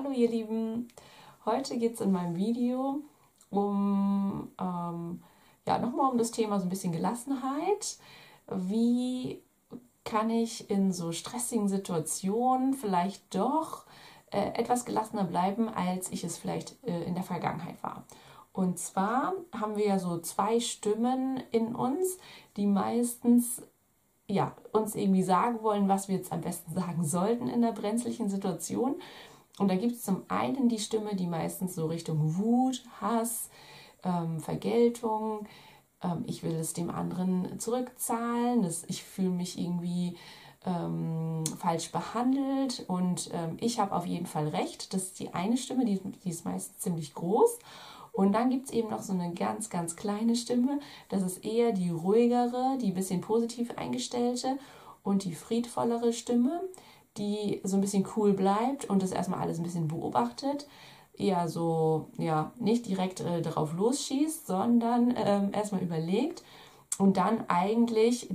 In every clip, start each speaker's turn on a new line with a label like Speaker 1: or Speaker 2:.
Speaker 1: Hallo ihr Lieben, heute geht es in meinem Video nochmal um das Thema so ein bisschen Gelassenheit. Wie kann ich in so stressigen Situationen vielleicht doch etwas gelassener bleiben, als ich es vielleicht in der Vergangenheit war? Und zwar haben wir ja so zwei Stimmen in uns, die meistens uns irgendwie sagen wollen, was wir jetzt am besten sagen sollten in der brenzlichen Situation. Und da gibt es zum einen die Stimme, die meistens so Richtung Wut, Hass, Vergeltung, ich will es dem anderen zurückzahlen, ich fühle mich irgendwie falsch behandelt und ich habe auf jeden Fall recht. Das ist die eine Stimme, die ist meistens ziemlich groß. Und dann gibt es eben noch so eine ganz, ganz kleine Stimme. Das ist eher die ruhigere, die ein bisschen positiv eingestellte und die friedvollere Stimme, die so ein bisschen cool bleibt und das erstmal alles ein bisschen beobachtet. Eher so, nicht direkt darauf losschießt, sondern erstmal überlegt und dann eigentlich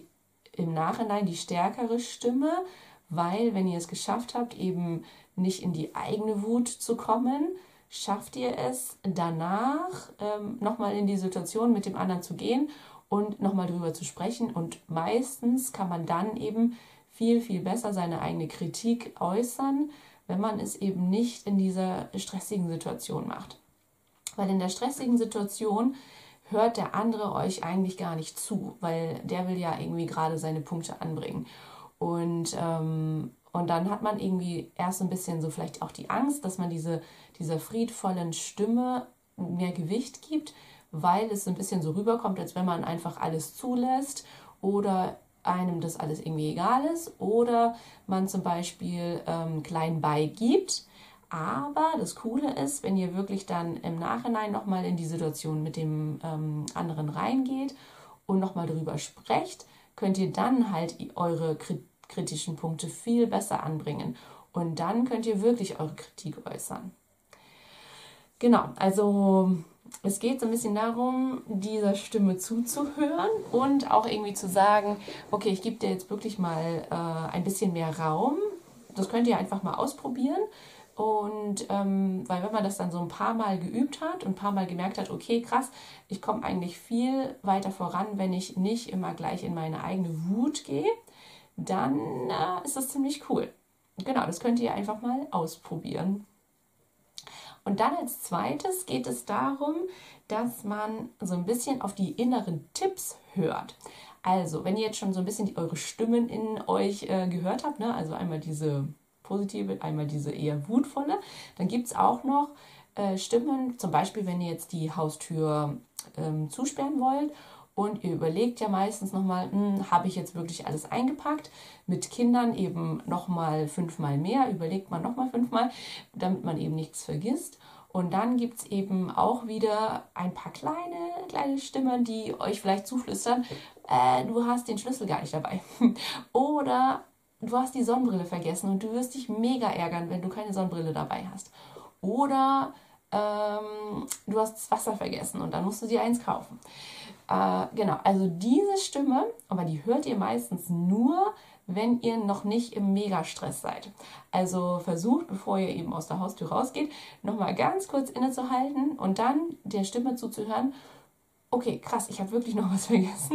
Speaker 1: im Nachhinein die stärkere Stimme, weil wenn ihr es geschafft habt, eben nicht in die eigene Wut zu kommen, schafft ihr es danach nochmal in die Situation mit dem anderen zu gehen und nochmal drüber zu sprechen. Und meistens kann man dann eben viel, viel besser seine eigene Kritik äußern, wenn man es eben nicht in dieser stressigen Situation macht. Weil in der stressigen Situation hört der andere euch eigentlich gar nicht zu, weil der will ja irgendwie gerade seine Punkte anbringen. Und dann hat man irgendwie erst so ein bisschen so vielleicht auch die Angst, dass man dieser friedvollen Stimme mehr Gewicht gibt, weil es so ein bisschen so rüberkommt, als wenn man einfach alles zulässt oder einem das alles irgendwie egal ist oder man zum Beispiel klein beigibt. Aber das Coole ist, wenn ihr wirklich dann im Nachhinein nochmal in die Situation mit dem anderen reingeht und nochmal drüber sprecht, könnt ihr dann halt eure kritischen Punkte viel besser anbringen. Und dann könnt ihr wirklich eure Kritik äußern. Genau, also es geht so ein bisschen darum, dieser Stimme zuzuhören und auch irgendwie zu sagen, okay, ich gebe dir jetzt wirklich mal ein bisschen mehr Raum. Das könnt ihr einfach mal ausprobieren. Und weil wenn man das dann so ein paar Mal geübt hat und ein paar Mal gemerkt hat, okay, krass, ich komme eigentlich viel weiter voran, wenn ich nicht immer gleich in meine eigene Wut gehe, dann ist das ziemlich cool. Genau, das könnt ihr einfach mal ausprobieren. Und dann als zweites geht es darum, dass man so ein bisschen auf die inneren Tipps hört. Also, wenn ihr jetzt schon so ein bisschen eure Stimmen in euch gehört habt, ne? Also einmal diese positive, einmal diese eher wutvolle, dann gibt es auch noch Stimmen, zum Beispiel, wenn ihr jetzt die Haustür zusperren wollt und ihr überlegt ja meistens nochmal, habe ich jetzt wirklich alles eingepackt? Mit Kindern eben nochmal 5-mal mehr, überlegt man nochmal 5-mal, damit man eben nichts vergisst. Und dann gibt es eben auch wieder ein paar kleine Stimmen, die euch vielleicht zuflüstern, du hast den Schlüssel gar nicht dabei. Oder du hast die Sonnenbrille vergessen und du wirst dich mega ärgern, wenn du keine Sonnenbrille dabei hast. Oder du hast das Wasser vergessen und dann musst du dir eins kaufen. Genau, also diese Stimme, aber die hört ihr meistens nur, wenn ihr noch nicht im Megastress seid. Also versucht, bevor ihr eben aus der Haustür rausgeht, nochmal ganz kurz innezuhalten und dann der Stimme zuzuhören, okay, krass, ich habe wirklich noch was vergessen.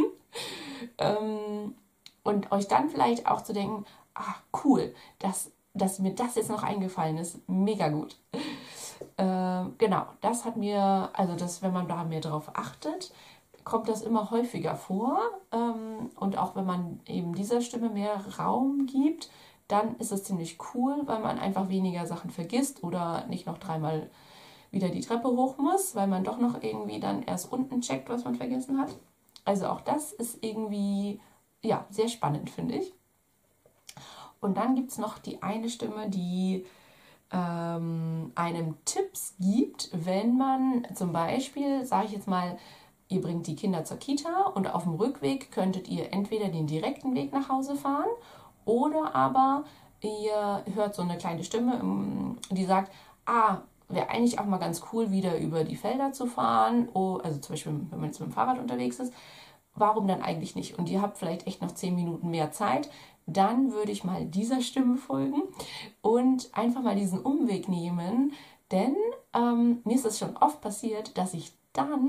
Speaker 1: Und euch dann vielleicht auch zu denken, cool, dass mir das jetzt noch eingefallen ist, mega gut. Genau, das hat mir, also wenn man da mehr drauf achtet, kommt das immer häufiger vor. Und auch wenn man eben dieser Stimme mehr Raum gibt, dann ist es ziemlich cool, weil man einfach weniger Sachen vergisst oder nicht noch 3-mal wieder die Treppe hoch muss, weil man doch noch irgendwie dann erst unten checkt, was man vergessen hat. Also auch das ist irgendwie, sehr spannend, finde ich. Und dann gibt es noch die eine Stimme, die einem Tipps gibt, wenn man zum Beispiel, sage ich jetzt mal, ihr bringt die Kinder zur Kita und auf dem Rückweg könntet ihr entweder den direkten Weg nach Hause fahren oder aber ihr hört so eine kleine Stimme, die sagt, wäre eigentlich auch mal ganz cool, wieder über die Felder zu fahren, also zum Beispiel, wenn man jetzt mit dem Fahrrad unterwegs ist, warum dann eigentlich nicht? Und ihr habt vielleicht echt noch 10 Minuten mehr Zeit, dann würde ich mal dieser Stimme folgen und einfach mal diesen Umweg nehmen, denn mir ist es schon oft passiert, dass ich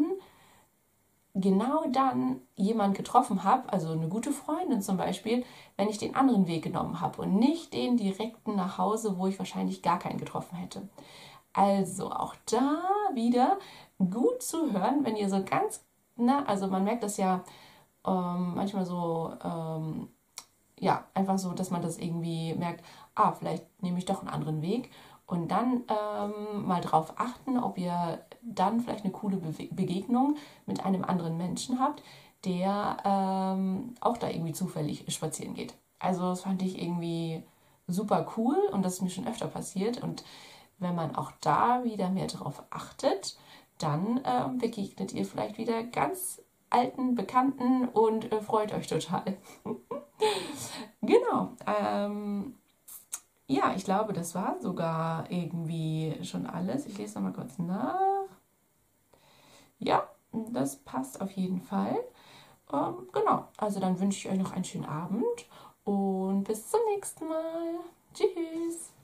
Speaker 1: genau dann jemand getroffen habe, also eine gute Freundin zum Beispiel, wenn ich den anderen Weg genommen habe und nicht den direkten nach Hause, wo ich wahrscheinlich gar keinen getroffen hätte. Also auch da wieder gut zu hören, wenn ihr so ganz, also man merkt das ja manchmal so, ja, einfach so, dass man das irgendwie merkt, vielleicht nehme ich doch einen anderen Weg. Und dann mal drauf achten, ob ihr dann vielleicht eine coole Begegnung mit einem anderen Menschen habt, der auch da irgendwie zufällig spazieren geht. Also das fand ich irgendwie super cool und das ist mir schon öfter passiert. Und wenn man auch da wieder mehr drauf achtet, dann begegnet ihr vielleicht wieder ganz alten Bekannten und freut euch total. Genau. Ja, ich glaube, das war sogar irgendwie schon alles. Ich lese nochmal kurz nach. Ja, das passt auf jeden Fall. Genau, also dann wünsche ich euch noch einen schönen Abend und bis zum nächsten Mal. Tschüss.